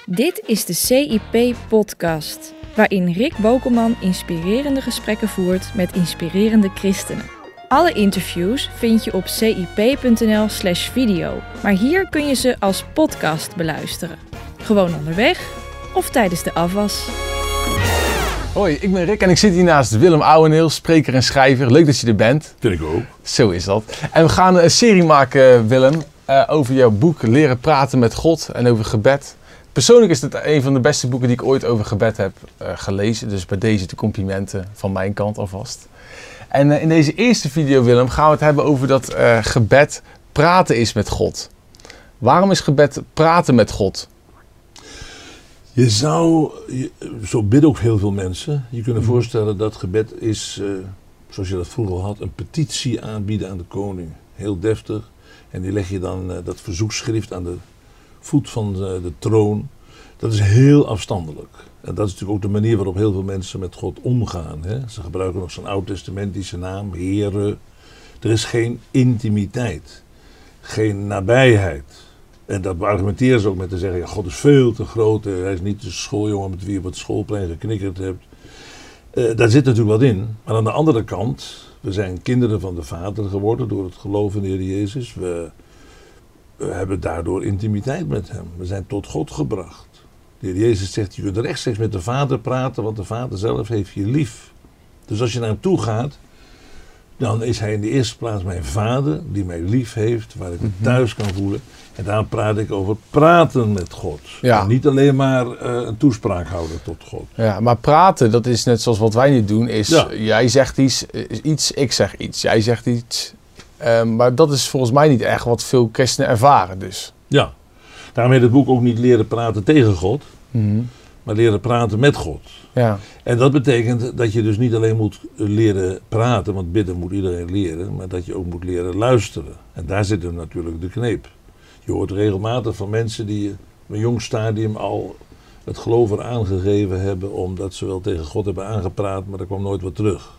Dit is de CIP-podcast, waarin Rick Bokelman inspirerende gesprekken voert met inspirerende christenen. Alle interviews vind je op cip.nl/video, maar hier kun je ze als podcast beluisteren. Gewoon onderweg of tijdens de afwas. Hoi, ik ben Rick en ik zit hier naast Willem Ouweneel, spreker en schrijver. Leuk dat je er bent. Vind ik ook. Zo is dat. En we gaan een serie maken, Willem, over jouw boek Leren praten met God en over gebed. Persoonlijk is het een van de beste boeken die ik ooit over gebed heb gelezen. Dus bij deze de complimenten van mijn kant alvast. En in deze eerste video, Willem, gaan we het hebben over dat gebed praten is met God. Waarom is gebed praten met God? Zo bidden ook heel veel mensen. Je kunt je voorstellen dat gebed is, zoals je dat vroeger al had, een petitie aanbieden aan de koning. Heel deftig. En die leg je dan dat verzoekschrift aan de voet van de troon. Dat is heel afstandelijk. En dat is natuurlijk ook de manier waarop heel veel mensen met God omgaan. Hè? Ze gebruiken nog zo'n oud-testamentische naam, Heere. Er is geen intimiteit, geen nabijheid. En dat argumenteren ze ook met te zeggen, ja, God is veel te groot. Hij is niet de schooljongen met wie je op het schoolplein geknikkerd hebt. Daar zit natuurlijk wat in. Maar aan de andere kant, we zijn kinderen van de Vader geworden door het geloof in de Heer Jezus. We hebben daardoor intimiteit met hem. We zijn tot God gebracht. De Heer Jezus zegt, je kunt rechtstreeks met de Vader praten, want de Vader zelf heeft je lief. Dus als je naar hem toe gaat, dan is hij in de eerste plaats mijn Vader, die mij lief heeft, waar ik me thuis kan voelen. En daar praat ik over praten met God. Ja. En niet alleen maar een toespraak houden tot God. Ja, maar praten, dat is net zoals wat wij nu doen, is jij zegt iets, ik zeg iets. Jij zegt iets. Maar dat is volgens mij niet echt wat veel christenen ervaren dus. Ja, daarom heet het boek ook niet leren praten tegen God, maar leren praten met God. Ja. En dat betekent dat je dus niet alleen moet leren praten, want bidden moet iedereen leren, maar dat je ook moet leren luisteren. En daar zit er natuurlijk de kneep. Je hoort regelmatig van mensen die op een jong stadium al het geloof er aangegeven hebben, omdat ze wel tegen God hebben aangepraat, maar er kwam nooit wat terug.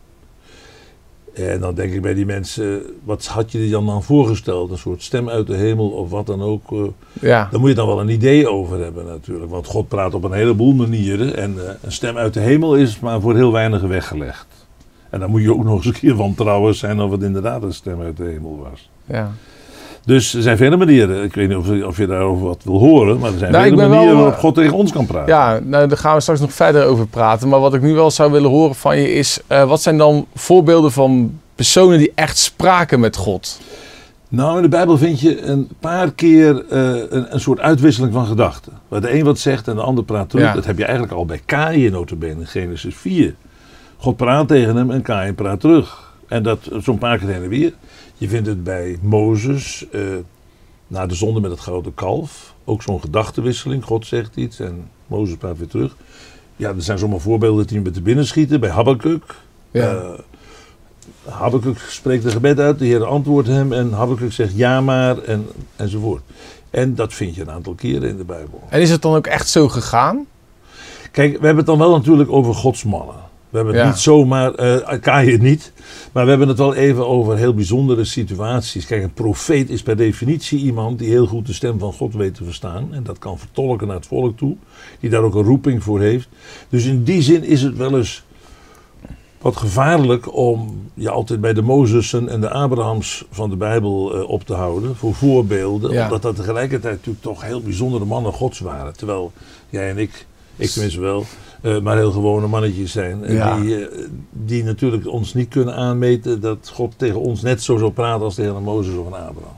En dan denk ik bij die mensen, wat had je je dan voorgesteld? Een soort stem uit de hemel of wat dan ook. Daar moet je dan wel een idee over hebben natuurlijk. Want God praat op een heleboel manieren. En een stem uit de hemel is maar voor heel weinig weggelegd. En dan moet je ook nog eens een keer wantrouwen zijn of het inderdaad een stem uit de hemel was. Ja. Dus er zijn vele manieren. Ik weet niet of je daarover wat wil horen. Maar er zijn vele manieren waarop God tegen ons kan praten. Ja, nou, daar gaan we straks nog verder over praten. Maar wat ik nu wel zou willen horen van je is, wat zijn dan voorbeelden van personen die echt spraken met God? Nou, in de Bijbel vind je een paar keer een soort uitwisseling van gedachten. Waar de een wat zegt en de ander praat terug. Ja. Dat heb je eigenlijk al bij Kaïn notabene in Genesis 4. God praat tegen hem en Kaïn praat terug. En dat zo'n paar keer heen en weer. Je vindt het bij Mozes, na de zonde met het gouden kalf. Ook zo'n gedachtenwisseling. God zegt iets en Mozes praat weer terug. Ja, er zijn zomaar voorbeelden die hem te binnen schieten. Bij Habakuk. Ja. Habakuk spreekt een gebed uit, de Heer antwoordt hem en Habakuk zegt ja maar enzovoort. En dat vind je een aantal keren in de Bijbel. En is het dan ook echt zo gegaan? Kijk, we hebben het dan wel natuurlijk over Gods mannen. We hebben het niet zomaar, Kaïn niet, maar we hebben het wel even over heel bijzondere situaties. Kijk, een profeet is per definitie iemand die heel goed de stem van God weet te verstaan. En dat kan vertolken naar het volk toe, die daar ook een roeping voor heeft. Dus in die zin is het wel eens wat gevaarlijk om je altijd bij de Mozessen en de Abrahams van de Bijbel op te houden voor voorbeelden. Ja. Omdat dat tegelijkertijd natuurlijk toch heel bijzondere mannen Gods waren. Terwijl jij en ik tenminste wel, maar heel gewone mannetjes zijn. Ja. Die natuurlijk ons niet kunnen aanmeten dat God tegen ons net zo zou praten als tegen een Mozes of een Abraham.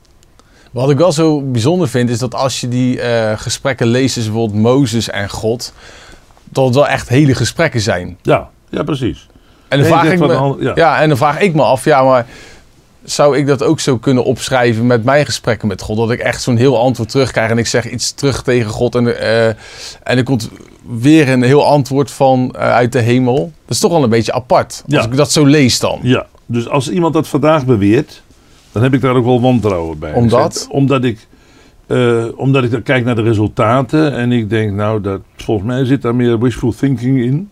Wat ik wel zo bijzonder vind is dat als je die gesprekken leest, dus bijvoorbeeld Mozes en God, dat het wel echt hele gesprekken zijn. Ja, precies. En dan vraag ik me af, maar zou ik dat ook zo kunnen opschrijven met mijn gesprekken met God? Dat ik echt zo'n heel antwoord terugkrijg en ik zeg iets terug tegen God en er komt weer een heel antwoord van uit de hemel. Dat is toch wel een beetje apart, als ik dat zo lees dan. Ja, dus als iemand dat vandaag beweert, dan heb ik daar ook wel wantrouwen bij. Omdat ik dan kijk naar de resultaten en ik denk, nou, volgens mij zit daar meer wishful thinking in.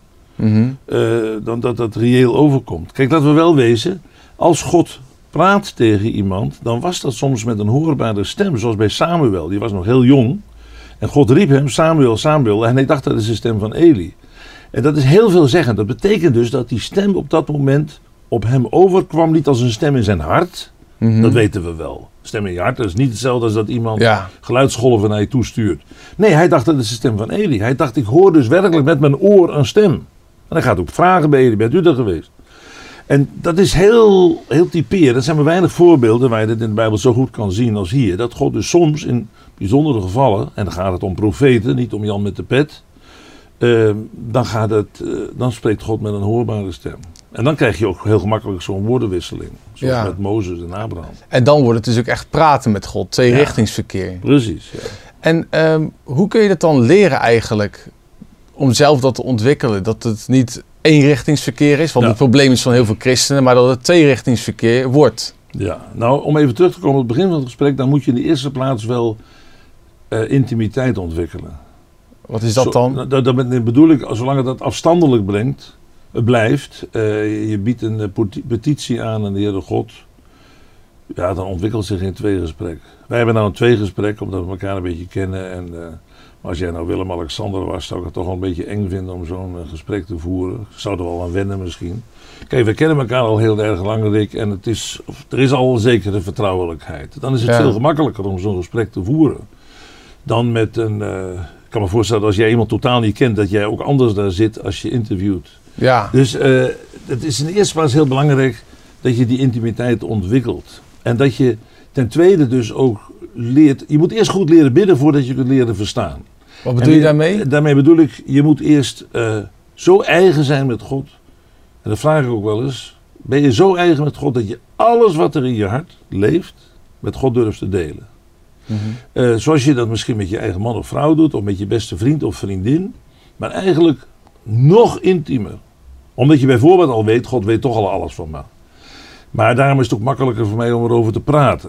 Dan dat dat reëel overkomt. Kijk, laten we wel wezen, als God praat tegen iemand, dan was dat soms met een hoorbare stem, zoals bij Samuel. Die was nog heel jong En God riep hem, Samuel, Samuel. En hij dacht dat is de stem van Eli. En dat is heel veelzeggend. Dat betekent dus dat die stem op dat moment op hem overkwam. Niet als een stem in zijn hart. Dat weten we wel. Stem in je hart, dat is niet hetzelfde als dat iemand geluidsgolven naar je toestuurt. Nee, hij dacht dat is de stem van Eli. Hij dacht, ik hoor dus werkelijk met mijn oor een stem. En hij gaat ook vragen bij Eli, bent u er geweest? En dat is heel, heel typerend. Er zijn maar weinig voorbeelden waar je dit in de Bijbel zo goed kan zien als hier. Dat God dus soms in bijzondere gevallen, en dan gaat het om profeten, niet om Jan met de pet. Dan spreekt God met een hoorbare stem. En dan krijg je ook heel gemakkelijk zo'n woordenwisseling. Zoals met Mozes en Abraham. En dan wordt het dus ook echt praten met God. Tweerichtingsverkeer. Precies, ja. En hoe kun je dat dan leren eigenlijk? Om zelf dat te ontwikkelen. Dat het niet eenrichtingsverkeer is. Want het probleem is van heel veel christenen. Maar dat het tweerichtingsverkeer wordt. Ja, nou om even terug te komen op het begin van het gesprek. Dan moet je in de eerste plaats wel intimiteit ontwikkelen. Wat is dat dan? Dat bedoel ik, zolang dat afstandelijk blijft, je biedt een petitie aan de Heere God, ja, dan ontwikkelt zich geen tweegesprek. Wij hebben nou een tweegesprek, omdat we elkaar een beetje kennen. Maar als jij nou Willem-Alexander was, zou ik het toch wel een beetje eng vinden om zo'n gesprek te voeren. Ik zou er wel aan wennen misschien. Kijk, we kennen elkaar al heel erg lang, Rick, en er is al een zekere vertrouwelijkheid. Dan is het veel gemakkelijker om zo'n gesprek te voeren dan met een... Ik kan me voorstellen, als jij iemand totaal niet kent, dat jij ook anders daar zit als je interviewt. Ja. Dus het is in de eerste plaats heel belangrijk dat je die intimiteit ontwikkelt. En dat je ten tweede dus ook leert... Je moet eerst goed leren bidden voordat je kunt leren verstaan. Wat bedoel je daarmee? Daarmee bedoel ik, je moet eerst zo eigen zijn met God. En dat vraag ik ook wel eens. Ben je zo eigen met God dat je alles wat er in je hart leeft, met God durft te delen? Zoals je dat misschien met je eigen man of vrouw doet, of met je beste vriend of vriendin. Maar eigenlijk nog intiemer. Omdat je bijvoorbeeld al weet, God weet toch al alles van me. Maar daarom is het ook makkelijker voor mij om erover te praten.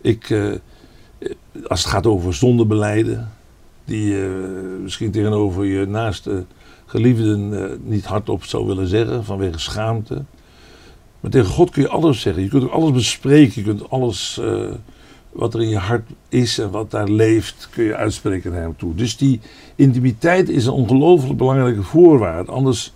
Als het gaat over zondebelijden, die je misschien tegenover je naaste geliefden niet hardop zou willen zeggen, vanwege schaamte. Maar tegen God kun je alles zeggen. Je kunt ook alles bespreken. Je kunt alles wat er in je hart is en wat daar leeft, kun je uitspreken naar hem toe. Dus die intimiteit is een ongelooflijk belangrijke voorwaarde. Anders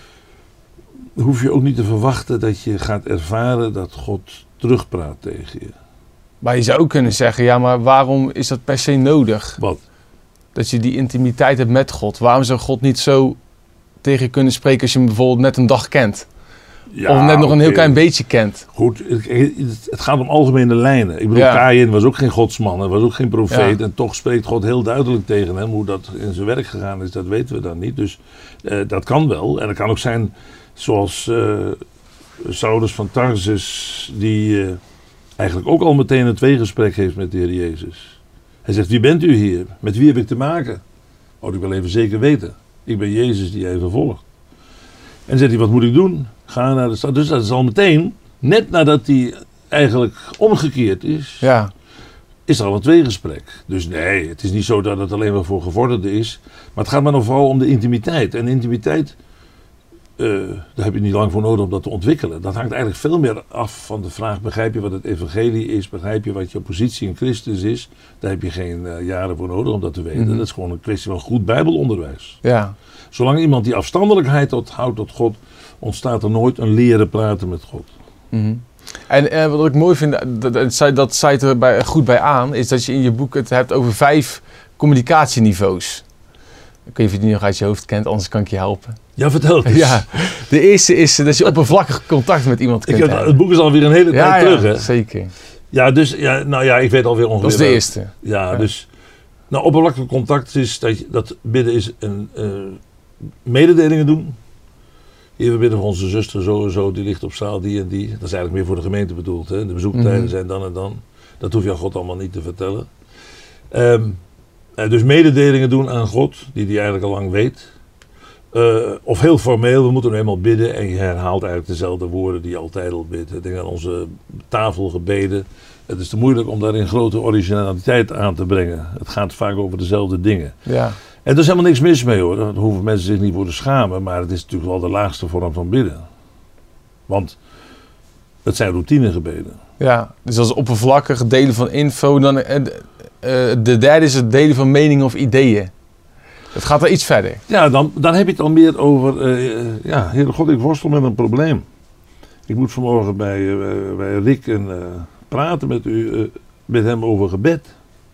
hoef je ook niet te verwachten dat je gaat ervaren dat God terugpraat tegen je. Maar je zou ook kunnen zeggen, ja, maar waarom is dat per se nodig? Wat? Dat je die intimiteit hebt met God. Waarom zou God niet zo tegen je kunnen spreken als je hem bijvoorbeeld net een dag kent? Ja, of net nog een heel klein beetje kent. Goed, het gaat om algemene lijnen. Ik bedoel, Kaïn was ook geen godsman, hij was ook geen profeet. Ja. En toch spreekt God heel duidelijk tegen hem. Hoe dat in zijn werk gegaan is, dat weten we dan niet. Dus dat kan wel. En dat kan ook zijn zoals Saulus van Tarsus, die eigenlijk ook al meteen een tweegesprek heeft met de Heer Jezus. Hij zegt, wie bent u hier? Met wie heb ik te maken? Oh, ik wil even zeker weten. Ik ben Jezus die jij vervolgt. En dan zegt hij, wat moet ik doen? Ga naar de stad. Dus dat is al meteen, net nadat hij eigenlijk omgekeerd is, is er al een tweegesprek. Dus nee, het is niet zo dat het alleen maar voor gevorderden is. Maar het gaat maar nog vooral om de intimiteit. En intimiteit, daar heb je niet lang voor nodig om dat te ontwikkelen. Dat hangt eigenlijk veel meer af van de vraag, begrijp je wat het evangelie is? Begrijp je wat je positie in Christus is? Daar heb je geen jaren voor nodig om dat te weten. Dat is gewoon een kwestie van goed bijbelonderwijs. Ja. Zolang iemand die afstandelijkheid houdt tot God, ontstaat er nooit een leren praten met God. En wat ik mooi vind, dat sluit er goed bij aan, is dat je in je boek het hebt over 5 communicatieniveaus. Ik weet niet of je die nog uit je hoofd kent, anders kan ik je helpen. Ja, vertel het eens. Ja, de eerste is dat je oppervlakkig contact met iemand kunt hebben. Het boek is alweer een hele tijd terug, hè? Zeker. Ja, dus, ik weet alweer ongeveer. Dat is de eerste. Ja, dus, oppervlakkig contact is dat bidden is een mededelingen doen. Hier, we bidden voor onze zuster zo en zo, die ligt op zaal die en die. Dat is eigenlijk meer voor de gemeente bedoeld, hè? De bezoektijden zijn dan en dan. Dat hoef je aan God allemaal niet te vertellen. Dus mededelingen doen aan God, die eigenlijk al lang weet. Of heel formeel, we moeten nu eenmaal bidden en je herhaalt eigenlijk dezelfde woorden die je altijd al bidt. Denk aan onze tafelgebeden. Het is te moeilijk om daarin grote originaliteit aan te brengen. Het gaat vaak over dezelfde dingen. Ja. En er is helemaal niks mis mee, hoor. Daar hoeven mensen zich niet voor te schamen. Maar het is natuurlijk wel de laagste vorm van bidden. Want het zijn routinegebeden. Ja, dus als oppervlakkig delen van info, dan de derde is het delen van meningen of ideeën. Het gaat er iets verder. Ja, dan heb je het al meer over... Heere God, ik worstel met een probleem. Ik moet vanmorgen bij Rick praten met hem over gebed.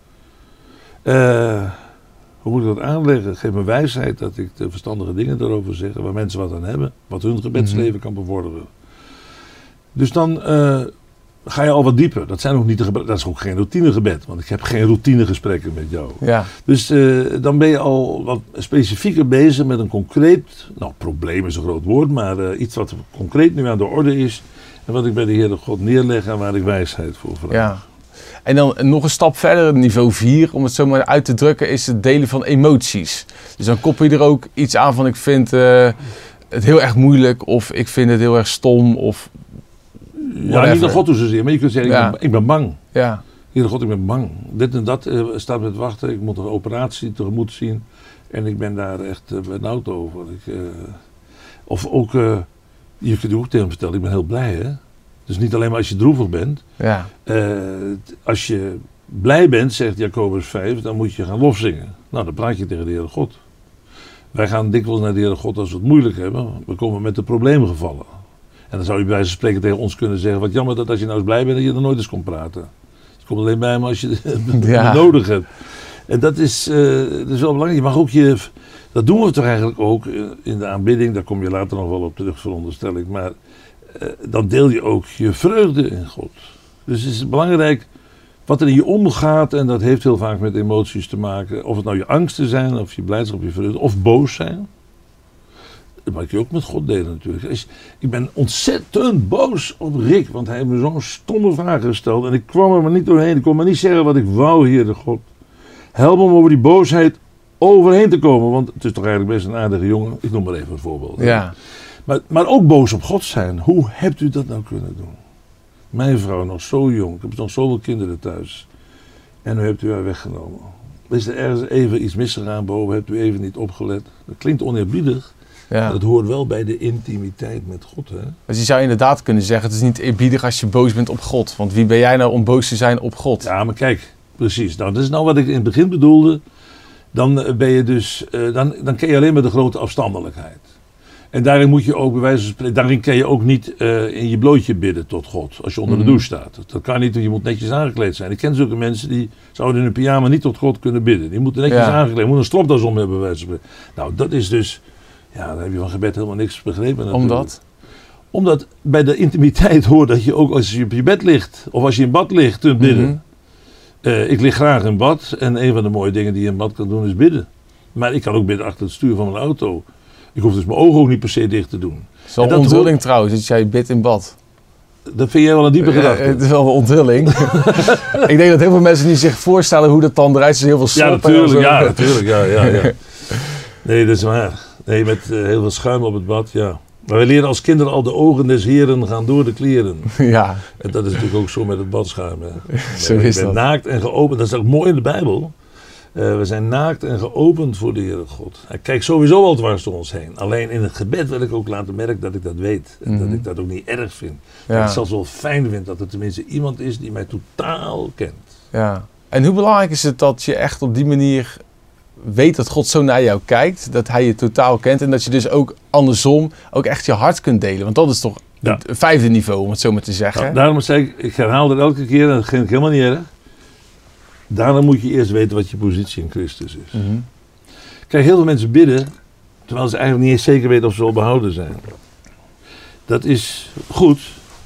Hoe moet ik dat aanleggen? Geef me wijsheid dat ik de verstandige dingen daarover zeg, waar mensen wat aan hebben, wat hun gebedsleven kan bevorderen. Dus dan ga je al wat dieper. Dat is ook geen routinegebed, want ik heb geen routinegesprekken met jou. Ja. Dus dan ben je al wat specifieker bezig met een concreet, probleem is een groot woord, maar iets wat concreet nu aan de orde is en wat ik bij de Heere God neerleg en waar ik wijsheid voor vraag. Ja. En dan nog een stap verder, niveau 4, om het zo maar uit te drukken, is het delen van emoties. Dus dan koppel je er ook iets aan van ik vind het heel erg moeilijk of ik vind het heel erg stom of whatever. Ja, niet naar God toe zozeer, maar je kunt zeggen ik ben bang. Ja. Heere God, ik ben bang. Dit en dat staat me te wachten, ik moet een operatie tegemoet zien en ik ben daar echt benauwd over. Je kunt ook tegen hem vertellen, ik ben heel blij hè. Dus niet alleen maar als je droevig bent. Ja. Als je blij bent, zegt Jacobus 5, dan moet je gaan lofzingen. Nou, dan praat je tegen de Heere God. Wij gaan dikwijls naar de Heere God als we het moeilijk hebben. We komen met de problemgevallen. En dan zou je bij wijze van spreken tegen ons kunnen zeggen, wat jammer dat als je nou eens blij bent, dat je er nooit eens kon praten. Je komt alleen bij me als je het nodig hebt. En dat is wel belangrijk. Je mag ook dat doen we toch eigenlijk ook in de aanbidding, daar kom je later nog wel op terug, veronderstel ik. Maar dan deel je ook je vreugde in God. Dus het is belangrijk wat er in je omgaat. En dat heeft heel vaak met emoties te maken. Of het nou je angsten zijn, of je blijdschap, je vreugde. Of boos zijn. Dat mag je ook met God delen natuurlijk. Ik ben ontzettend boos op Rick. Want hij heeft me zo'n stomme vraag gesteld. En ik kwam er maar niet doorheen. Ik kon maar niet zeggen wat ik wou, Heere God. Help me om over die boosheid overheen te komen. Want het is toch eigenlijk best een aardige jongen. Ik noem maar even een voorbeeld. Ja. Maar ook boos op God zijn. Hoe hebt u dat nou kunnen doen? Mijn vrouw nog zo jong. Ik heb nog zoveel kinderen thuis. En nu hebt u haar weggenomen. Is er ergens even iets misgegaan boven? Hebt u even niet opgelet? Dat klinkt oneerbiedig. Ja. Maar dat hoort wel bij de intimiteit met God. Hè? Dus je zou inderdaad kunnen zeggen, het is niet eerbiedig als je boos bent op God. Want wie ben jij nou om boos te zijn op God? Ja, maar kijk. Precies. Nou, dat is nou wat ik in het begin bedoelde. Dan ben je dus... Dan ken je alleen maar de grote afstandelijkheid. En daarin moet je ook bij wijze van spreken, daarin kan je ook niet in je blootje bidden tot God. Als je onder de douche staat. Dat kan niet, want je moet netjes aangekleed zijn. Ik ken zulke mensen die zouden in een pyjama niet tot God kunnen bidden. Die moeten netjes aangekleed, moeten een stropdas om hebben bij wijze van spreken. Nou, dat is dus, dan heb je van gebed helemaal niks begrepen natuurlijk. Omdat bij de intimiteit hoort dat je ook als je op je bed ligt, of als je in bad ligt, kunt bidden. Ik lig graag in bad en een van de mooie dingen die je in bad kan doen is bidden. Maar ik kan ook bidden achter het stuur van mijn auto. Ik hoef dus mijn ogen ook niet per se dicht te doen. Het is wel een onthulling trouwens, dat jij bidt in bad. Dat vind jij wel een diepe gedachte. Het is wel een onthulling. Ik denk dat heel veel mensen niet zich voorstellen hoe dat dan eruit ziet. Heel veel sop. Ja, natuurlijk. Ja. Nee, dat is waar. Nee, met heel veel schuim op het bad, ja. Maar we leren als kinderen al de ogen des Heren gaan door de kleren. Ja. En dat is natuurlijk ook zo met het badschuim. Hè. Zo is dat. Naakt en geopend, dat is ook mooi in de Bijbel. We zijn naakt en geopend voor de Heere God. Hij kijkt sowieso al dwars door ons heen. Alleen in het gebed wil ik ook laten merken dat ik dat weet. En dat ik dat ook niet erg vind. Ja. Dat ik zelfs wel fijn vind dat er tenminste iemand is die mij totaal kent. Ja. En hoe belangrijk is het dat je echt op die manier weet dat God zo naar jou kijkt. Dat hij je totaal kent. En dat je dus ook andersom ook echt je hart kunt delen. Want dat is toch het vijfde niveau, om het zo maar te zeggen. Nou, daarom zeg ik herhaal dat elke keer en dat vind ik helemaal niet erg. Daarna moet je eerst weten wat je positie in Christus is. Mm-hmm. Kijk, heel veel mensen bidden, terwijl ze eigenlijk niet eens zeker weten of ze al behouden zijn. Dat is goed,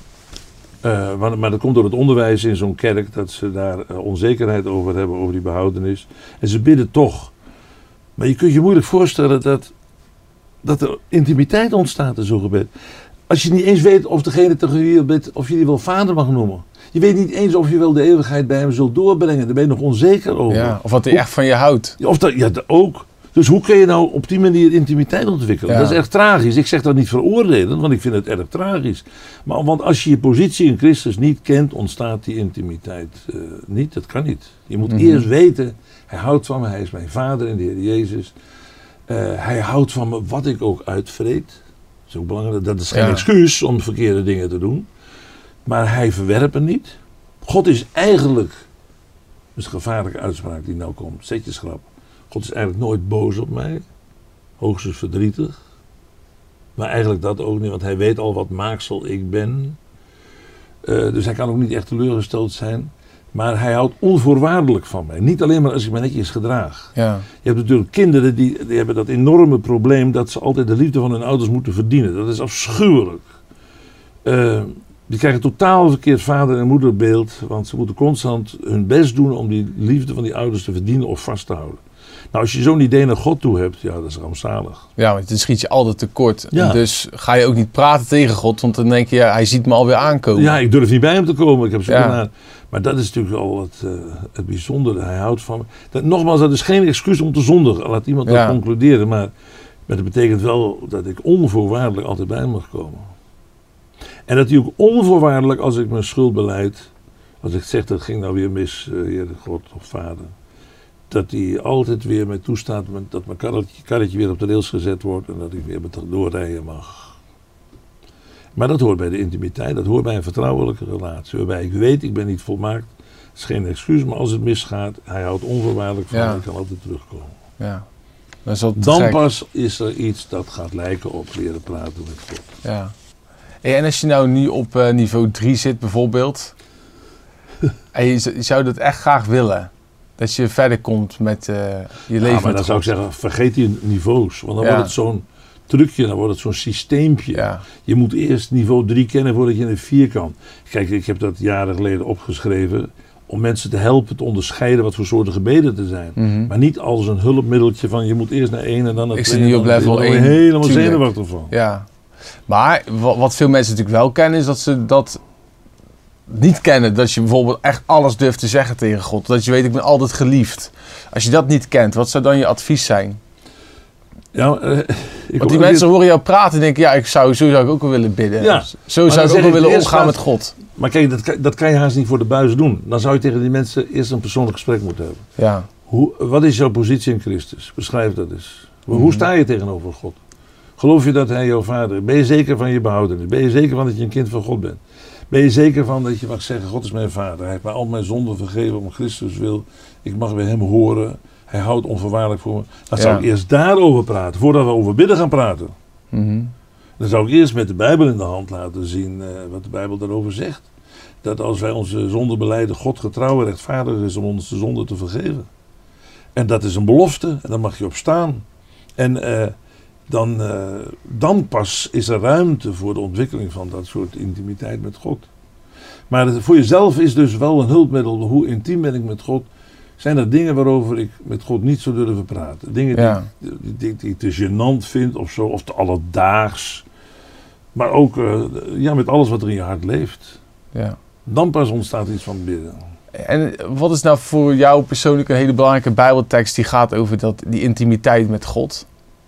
maar dat komt door het onderwijs in zo'n kerk, dat ze daar onzekerheid over hebben, over die behoudenis. En ze bidden toch. Maar je kunt je moeilijk voorstellen dat er intimiteit ontstaat in zo'n gebed. Als je niet eens weet of degene tegen wie je bidt, of je die wel vader mag noemen. Je weet niet eens of je wel de eeuwigheid bij hem zult doorbrengen. Daar ben je nog onzeker over. Ja, of wat hij echt van je houdt. Dat ook. Dus hoe kun je nou op die manier intimiteit ontwikkelen? Ja. Dat is echt tragisch. Ik zeg dat niet veroordelend, want ik vind het erg tragisch. Want als je je positie in Christus niet kent, ontstaat die intimiteit niet. Dat kan niet. Je moet eerst weten, hij houdt van me, hij is mijn vader in de Heer Jezus. Hij houdt van me wat ik ook uitvreet. Dat is ook belangrijk. Dat is geen excuus om verkeerde dingen te doen. Maar hij verwerpt het niet. God is eigenlijk is een gevaarlijke uitspraak die nou komt. Zet je schrap. God is eigenlijk nooit boos op mij. Hoogstens verdrietig. Maar eigenlijk dat ook niet, want hij weet al wat maaksel ik ben. Dus hij kan ook niet echt teleurgesteld zijn. Maar hij houdt onvoorwaardelijk van mij. Niet alleen maar als ik me netjes gedraag. Ja. Je hebt natuurlijk kinderen die hebben dat enorme probleem dat ze altijd de liefde van hun ouders moeten verdienen. Dat is afschuwelijk. Die krijgen totaal verkeerd vader- en moederbeeld. Want ze moeten constant hun best doen om die liefde van die ouders te verdienen of vast te houden. Nou, als je zo'n idee naar God toe hebt, ja, dat is rampzalig. Ja, want dan schiet je altijd tekort. Ja. En dus ga je ook niet praten tegen God, want dan denk je, ja, hij ziet me alweer aankomen. Ja, ik durf niet bij hem te komen. Ik heb zo Ja. gedaan. Maar dat is natuurlijk al het bijzondere. Hij houdt van me. Nogmaals, dat is geen excuus om te zondigen. Laat iemand dat concluderen. Maar dat betekent wel dat ik onvoorwaardelijk altijd bij hem mag komen. En dat hij ook onvoorwaardelijk, als ik mijn schuld belijd, als ik zeg dat ging nou weer mis, Heer God of Vader, dat hij altijd weer mij toestaat dat mijn karretje weer op de rails gezet wordt en dat ik weer doorrijden mag. Maar dat hoort bij de intimiteit, dat hoort bij een vertrouwelijke relatie. Waarbij ik weet, ik ben niet volmaakt, het is geen excuus, maar als het misgaat, hij houdt onvoorwaardelijk van en ik kan altijd terugkomen. Ja. Dat is wel te Dan gek. pas is er iets dat gaat lijken op leren praten met God. Ja. En als je nou nu op niveau 3 zit bijvoorbeeld, en je zou dat echt graag willen, dat je verder komt met je leven. Ja, maar met dan zou ik God. zeggen, vergeet die niveaus, want dan Ja. wordt het zo'n trucje, dan wordt het zo'n systeempje. Ja. Je moet eerst niveau 3 kennen voordat je een 4 kan. Kijk, ik heb dat jaren geleden opgeschreven om mensen te helpen te onderscheiden wat voor soorten gebeden er zijn. Mhm. Maar niet als een hulpmiddeltje van je moet eerst naar 1 en dan naar Ik 2. zit nu op level 1. Helemaal Tuurlijk. zenuwachtig van. Ja. Maar wat veel mensen natuurlijk wel kennen, is dat ze dat niet kennen. Dat je bijvoorbeeld echt alles durft te zeggen tegen God. Dat je weet, ik ben altijd geliefd. Als je dat niet kent, wat zou dan je advies zijn? Ja, Want die mensen horen jou praten en denken, ja, zo zou ik ook wel willen bidden. Ja. Zo Maar zou dan ik ook wel zeg ik willen eerst omgaan dat- met God. Maar kijk, dat kan je haast niet voor de buis doen. Dan zou je tegen die mensen eerst een persoonlijk gesprek moeten hebben. Ja. Wat is jouw positie in Christus? Beschrijf dat eens. Hoe sta je tegenover God? Geloof je dat hij jouw vader is? Ben je zeker van je behoudenis? Ben je zeker van dat je een kind van God bent? Ben je zeker van dat je mag zeggen, God is mijn vader. Hij heeft mij al mijn zonden vergeven om Christus wil. Ik mag bij hem horen. Hij houdt onvoorwaardelijk voor me. Dan zou ik eerst daarover praten, voordat we over bidden gaan praten. Mhm. Dan zou ik eerst met de Bijbel in de hand laten zien wat de Bijbel daarover zegt. Dat als wij onze zonden belijden, God getrouw en rechtvaardig is om ons de zonde te vergeven. En dat is een belofte en daar mag je op staan. En dan pas is er ruimte voor de ontwikkeling van dat soort intimiteit met God. Maar voor jezelf is dus wel een hulpmiddel. Hoe intiem ben ik met God? Zijn er dingen waarover ik met God niet zou durven praten? Dingen die ik te gênant vind of zo, of te alledaags. Maar ook met alles wat er in je hart leeft. Ja. Dan pas ontstaat iets van bidden. En wat is nou voor jou persoonlijk een hele belangrijke Bijbeltekst die gaat over die intimiteit met God?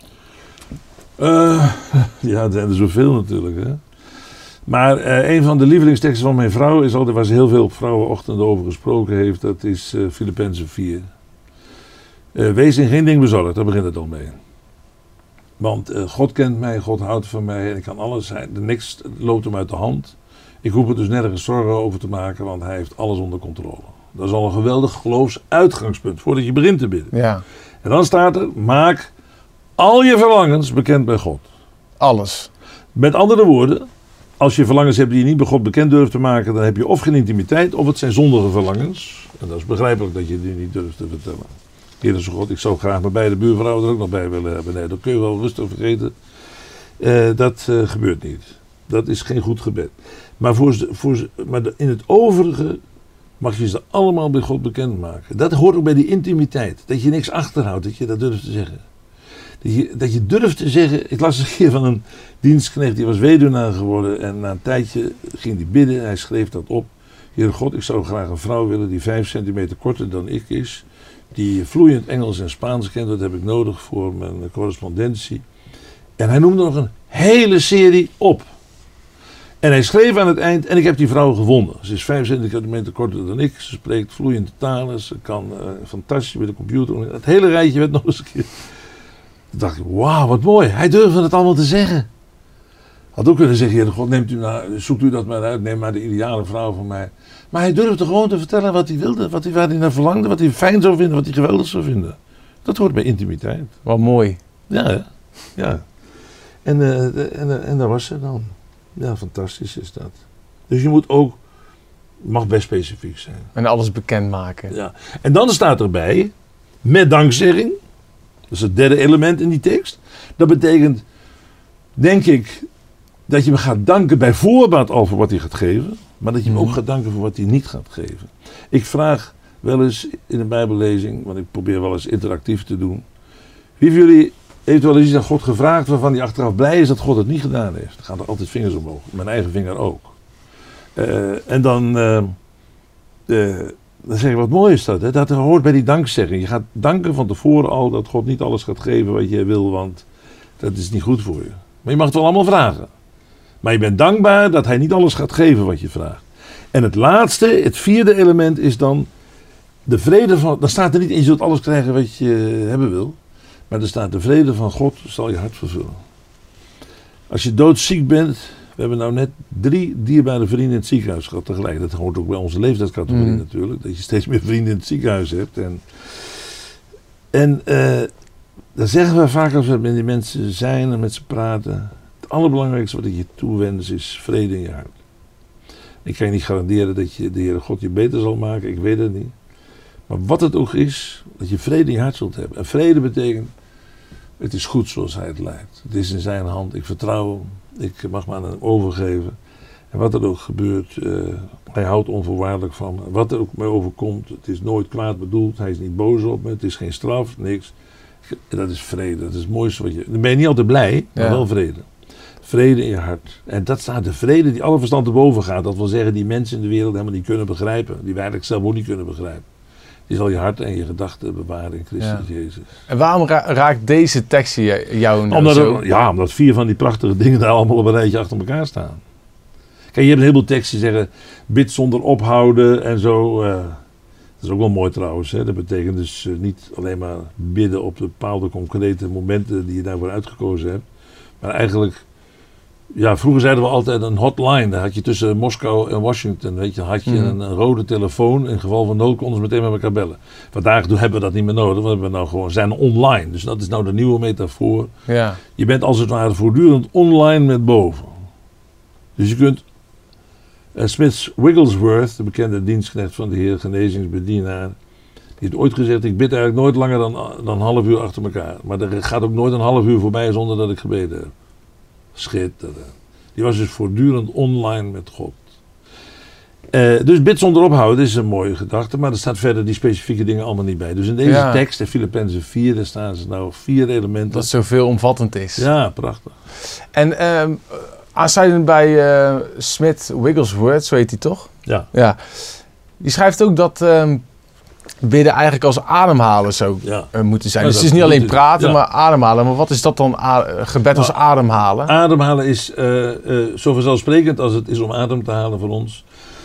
Ja, er zijn er zoveel natuurlijk. Hè? Maar een van de lievelingsteksten van mijn vrouw is altijd waar ze heel veel op vrouwenochtenden over gesproken heeft. Dat is Filippenzen 4. Wees in geen ding bezorgd, daar begint het al mee. Want God kent mij, God houdt van mij en ik kan alles zijn. Niks loopt hem uit de hand. Ik hoef er dus nergens zorgen over te maken, want hij heeft alles onder controle. Dat is al een geweldig geloofsuitgangspunt voordat je begint te bidden. Ja. En dan staat er, maak al je verlangens bekend bij God. Alles. Met andere woorden, als je verlangens hebt die je niet bij God bekend durft te maken, dan heb je of geen intimiteit, of het zijn zondige verlangens. En dat is begrijpelijk dat je die niet durft te vertellen. Heer zo God, ik zou graag mijn beide buurvrouwen er ook nog bij willen hebben. Nee, dat kun je wel rustig vergeten. Dat gebeurt niet. Dat is geen goed gebed. Maar, maar in het overige mag je ze allemaal bij God bekendmaken. Dat hoort ook bij die intimiteit. Dat je niks achterhoudt, dat je dat durft te zeggen. Dat je durft te zeggen. Ik las een keer van een dienstknecht, die was weduwnaar geworden. En na een tijdje ging hij bidden. Hij schreef dat op. Heer God, ik zou graag een vrouw willen die 5 centimeter korter dan ik is. Die vloeiend Engels en Spaans kent. Dat heb ik nodig voor mijn correspondentie. En hij noemde nog een hele serie op. En hij schreef aan het eind, en ik heb die vrouw gevonden. Ze is 5 centimeter korter dan ik. Ze spreekt vloeiende talen. Ze kan fantastisch met de computer. Het hele rijtje werd nog eens een keer. Toen dacht ik, wauw, wat mooi. Hij durfde het allemaal te zeggen. Had ook kunnen zeggen, Heer God, zoekt u dat maar uit, neem maar de ideale vrouw van mij. Maar hij durfde gewoon te vertellen wat hij wilde, waar hij naar verlangde, wat hij fijn zou vinden, wat hij geweldig zou vinden. Dat hoort bij intimiteit. Wat mooi. Ja. En daar was ze dan. Ja, fantastisch is dat. Dus je moet ook, mag best specifiek zijn. En alles bekendmaken. Ja. En dan staat erbij, met dankzegging. Dat is het derde element in die tekst. Dat betekent, denk ik, dat je hem gaat danken bij voorbaat al voor wat hij gaat geven. Maar dat je hem ook gaat danken voor wat hij niet gaat geven. Ik vraag wel eens in een bijbellezing, want ik probeer wel eens interactief te doen. Wie van jullie heeft wel eens iets aan God gevraagd waarvan hij achteraf blij is dat God het niet gedaan heeft? Dan gaan er altijd vingers omhoog. Mijn eigen vinger ook. En dan zeg ik, wat mooi is dat. Hè? Dat hoort bij die dankzegging. Je gaat danken van tevoren al dat God niet alles gaat geven wat je wil, want dat is niet goed voor je. Maar je mag het wel allemaal vragen. Maar je bent dankbaar dat hij niet alles gaat geven wat je vraagt. En het laatste, het vierde element is dan de vrede van... Dan staat er niet in, je zult alles krijgen wat je hebben wil. Maar er staat, de vrede van God zal je hart vervullen. Als je doodziek bent... We hebben nou net 3 dierbare vrienden in het ziekenhuis gehad tegelijk. Dat hoort ook bij onze leeftijdscategorie natuurlijk. Dat je steeds meer vrienden in het ziekenhuis hebt. En dan zeggen we vaak als we met die mensen zijn en met ze praten... Het allerbelangrijkste wat ik je toewens is vrede in je hart. Ik kan je niet garanderen dat je de Heere God je beter zal maken. Ik weet het niet. Maar wat het ook is, dat je vrede in je hart zult hebben. En vrede betekent, het is goed zoals hij het leidt. Het is in zijn hand. Ik vertrouw hem. Ik mag me aan hem overgeven. En wat er ook gebeurt, hij houdt onvoorwaardelijk van me. Wat er ook mij overkomt, het is nooit kwaad bedoeld. Hij is niet boos op me. Het is geen straf, niks. Dat is vrede. Dat is het mooiste wat je... Dan ben je niet altijd blij, maar wel vrede. Vrede in je hart. En dat staat de vrede die alle verstand te boven gaat. Dat wil zeggen die mensen in de wereld helemaal niet kunnen begrijpen. Die wij eigenlijk zelf ook niet kunnen begrijpen. Die zal je hart en je gedachten bewaren in Christus Jezus. En waarom raakt deze tekst jou nou zo? Omdat 4 van die prachtige dingen daar allemaal op een rijtje achter elkaar staan. Kijk, je hebt een heleboel teksten die zeggen... bid zonder ophouden en zo. Dat is ook wel mooi trouwens. Hè? Dat betekent dus niet alleen maar bidden op bepaalde concrete momenten... die je daarvoor uitgekozen hebt. Maar eigenlijk... Ja, vroeger zeiden we altijd een hotline. Daar had je tussen Moskou en Washington, weet je, had je een rode telefoon. In geval van nood konden ze meteen met elkaar bellen. Vandaag hebben we dat niet meer nodig, want we nou gewoon zijn online. Dus dat is nou de nieuwe metafoor. Ja. Je bent als het ware voortdurend online met boven. Dus je kunt... Smith Wigglesworth, de bekende dienstknecht van de Heer, genezingsbedienaar, die heeft ooit gezegd, ik bid eigenlijk nooit langer dan een half uur achter elkaar. Maar er gaat ook nooit een half uur voorbij zonder dat ik gebeden heb. Schitterend. Die was dus voortdurend online met God. Dus bid zonder ophouden is een mooie gedachte, maar er staat verder die specifieke dingen allemaal niet bij. Dus in deze tekst, in Filippenzen 4, daar staan ze nou 4 elementen. Dat zo veelomvattend is. Ja, prachtig. En aansluitend bij Smith Wigglesworth, zo heet hij toch? Ja. Die schrijft ook dat bidden eigenlijk als ademhalen zou moeten zijn. Dus het is niet alleen praten, maar ademhalen. Maar wat is dat dan, gebed als ademhalen? Ademhalen is zo vanzelfsprekend als het is om adem te halen voor ons.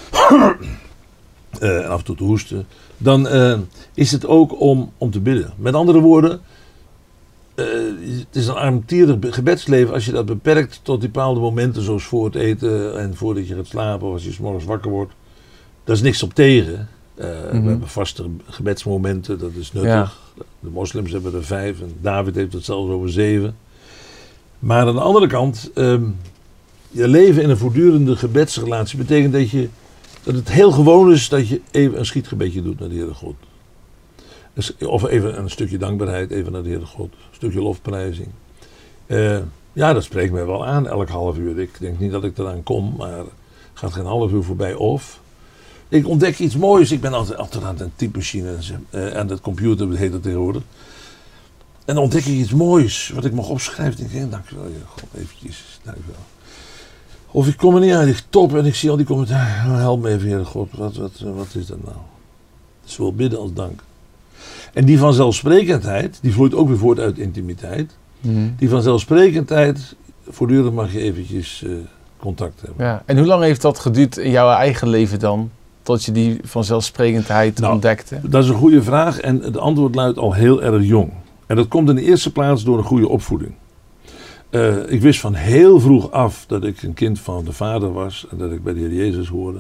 En af en toe te hoesten. Dan is het ook om te bidden. Met andere woorden, het is een armtierig gebedsleven als je dat beperkt tot die bepaalde momenten zoals voor het eten en voordat je gaat slapen of als je 's morgens wakker wordt. Daar is niks op tegen. We hebben vaste gebedsmomenten, dat is nuttig. Ja. De moslims hebben er 5 en David heeft het zelfs over 7. Maar aan de andere kant, je leven in een voortdurende gebedsrelatie betekent dat het heel gewoon is dat je even een schietgebedje doet naar de Heere God. Of even een stukje dankbaarheid, even naar de Heere God. Een stukje lofprijzing. Dat spreekt mij wel aan, elk half uur. Ik denk niet dat ik eraan kom, maar gaat geen half uur voorbij of... Ik ontdek iets moois. Ik ben altijd aan de typemachine aan de computer, heet dat tegenwoordig. En dan ontdek ik iets moois wat ik mag opschrijven. Ik denk, dankjewel, God, eventjes, dankjewel. Of ik kom er niet uit, ik top en ik zie al die commentaar. Help me even, Heer God, wat is dat nou? Zowel bidden als dank. En die vanzelfsprekendheid, die vloeit ook weer voort uit intimiteit. Die vanzelfsprekendheid, voortdurend mag je eventjes contact hebben. Ja. En hoe lang heeft dat geduurd in jouw eigen leven dan? Tot je die vanzelfsprekendheid ontdekte? Dat is een goede vraag en het antwoord luidt al heel erg jong. En dat komt in de eerste plaats door een goede opvoeding. Ik wist van heel vroeg af dat ik een kind van de Vader was en dat ik bij de Heer Jezus hoorde.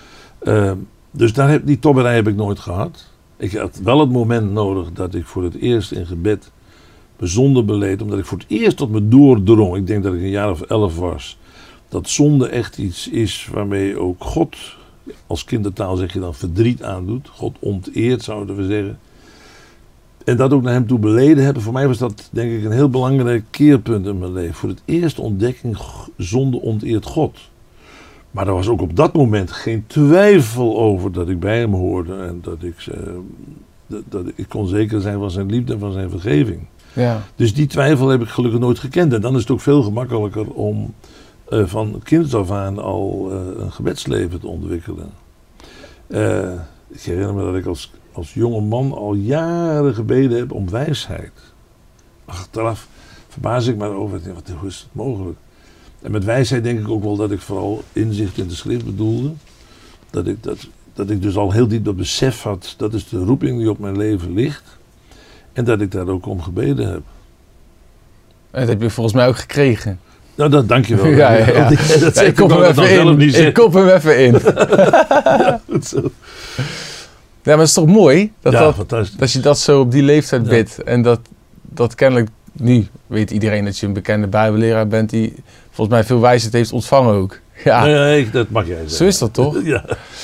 Dus die tobberij heb ik nooit gehad. Ik had wel het moment nodig dat ik voor het eerst in gebed mijn zonde beleed, omdat ik voor het eerst tot me doordrong. Ik denk dat ik een jaar of 11 was. Dat zonde echt iets is waarmee ook God, als kindertaal zeg je dan, verdriet aandoet. God onteert, zouden we zeggen. En dat ook naar hem toe beleden hebben. Voor mij was dat denk ik een heel belangrijk keerpunt in mijn leven. Voor het eerst ontdekking, zonde onteert God. Maar er was ook op dat moment geen twijfel over dat ik bij hem hoorde. En dat ik kon zeker zijn van zijn liefde en van zijn vergeving. Ja. Dus die twijfel heb ik gelukkig nooit gekend. En dan is het ook veel gemakkelijker om van kinds af aan al een gebedsleven te ontwikkelen. Ik herinner me dat ik als jonge man al jaren gebeden heb om wijsheid. Achteraf verbaas ik me erover. Hoe is het mogelijk? En met wijsheid denk ik ook wel dat ik vooral inzicht in de schrift bedoelde. Dat ik dus al heel diep dat besef had, dat is de roeping die op mijn leven ligt. En dat ik daar ook om gebeden heb. En dat heb je volgens mij ook gekregen. Nou, dat dank je wel. Ja. Ik kop hem even in. Ja, goed zo. Ja, maar het is toch mooi fantastisch. Dat je dat zo op die leeftijd bidt. En dat kennelijk, nu weet iedereen dat je een bekende bijbelleraar bent die volgens mij veel wijsheid heeft ontvangen ook. Ja. Nee, dat mag jij zeggen. Zo is dat toch? Ja.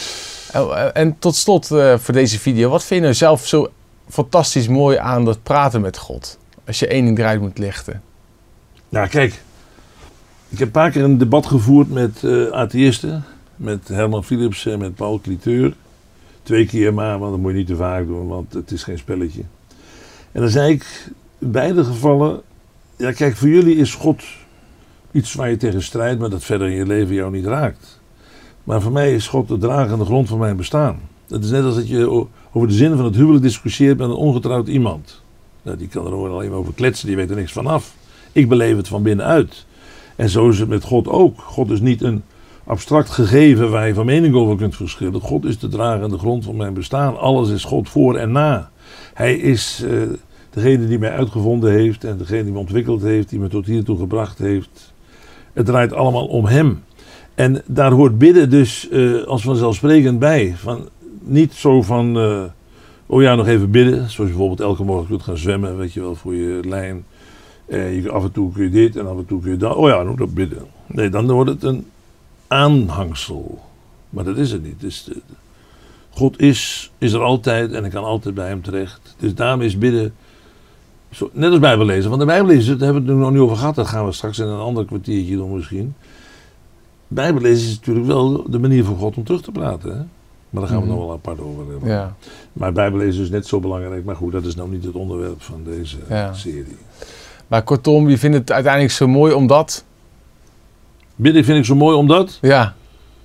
En tot slot voor deze video, wat vind je nou zelf zo fantastisch mooi aan dat praten met God? Als je één ding eruit moet lichten. Nou kijk, ik heb een paar keer een debat gevoerd met atheïsten. Met Herman Philips en met Paul Cliteur. 2 keer maar, want dat moet je niet te vaak doen, want het is geen spelletje. En dan zei ik in beide gevallen, ja kijk, voor jullie is God iets waar je tegen strijdt, maar dat verder in je leven jou niet raakt. Maar voor mij is God de dragende grond van mijn bestaan. Het is net als dat je over de zin van het huwelijk discussieert met een ongetrouwd iemand. Nou, die kan er alleen maar over kletsen, die weet er niks van af. Ik beleef het van binnenuit. En zo is het met God ook. God is niet een abstract gegeven waar je van mening over kunt verschillen. God is de dragende grond van mijn bestaan. Alles is God voor en na. Hij is degene die mij uitgevonden heeft en degene die me ontwikkeld heeft, die me tot hiertoe gebracht heeft. Het draait allemaal om hem. En daar hoort bidden dus als vanzelfsprekend bij. Niet zo van, nog even bidden. Zoals je bijvoorbeeld elke morgen kunt gaan zwemmen, weet je wel, voor je lijn. Af en toe kun je dit en af en toe kun je dat. Nou dat bidden. Nee, dan wordt het een aanhangsel. Maar dat is het niet. God is er altijd en ik kan altijd bij hem terecht. Dus daarom is bidden, net als bijbellezen. Want de bijbellezen, daar hebben we het nog niet over gehad. Dat gaan we straks in een ander kwartiertje doen misschien. Bijbellezen is natuurlijk wel de manier voor God om terug te praten. Hè? Maar daar gaan we nog wel apart over hebben. Ja. Maar bijbellezen is net zo belangrijk. Maar goed, dat is nou niet het onderwerp van deze serie. Maar kortom, je vindt het uiteindelijk zo mooi omdat... Bidden vind ik zo mooi omdat... Ja.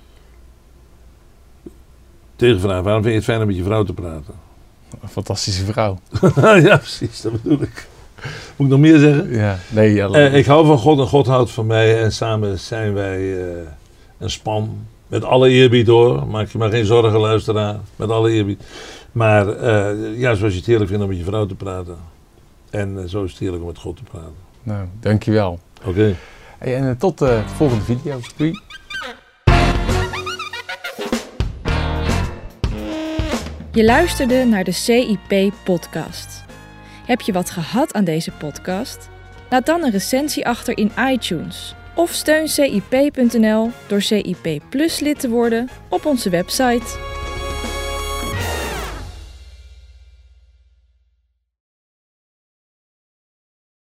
Tegenvraag, waarom vind je het fijn om met je vrouw te praten? Een fantastische vrouw. Ja, precies, dat bedoel ik. Moet ik nog meer zeggen? Ja, nee. Ja, ik hou van God en God houdt van mij. En samen zijn wij een span. Met alle eerbied hoor. Maak je maar geen zorgen, luisteraar. Met alle eerbied. Maar zoals je het heerlijk vindt om met je vrouw te praten. En zo is het heerlijk om met God te praten. Nou, dankjewel. Oké. Hey, en tot de volgende video. Doei. Je luisterde naar de CIP-podcast. Heb je wat gehad aan deze podcast? Laat dan een recensie achter in iTunes. Of steun CIP.nl door CIP Plus lid te worden op onze website.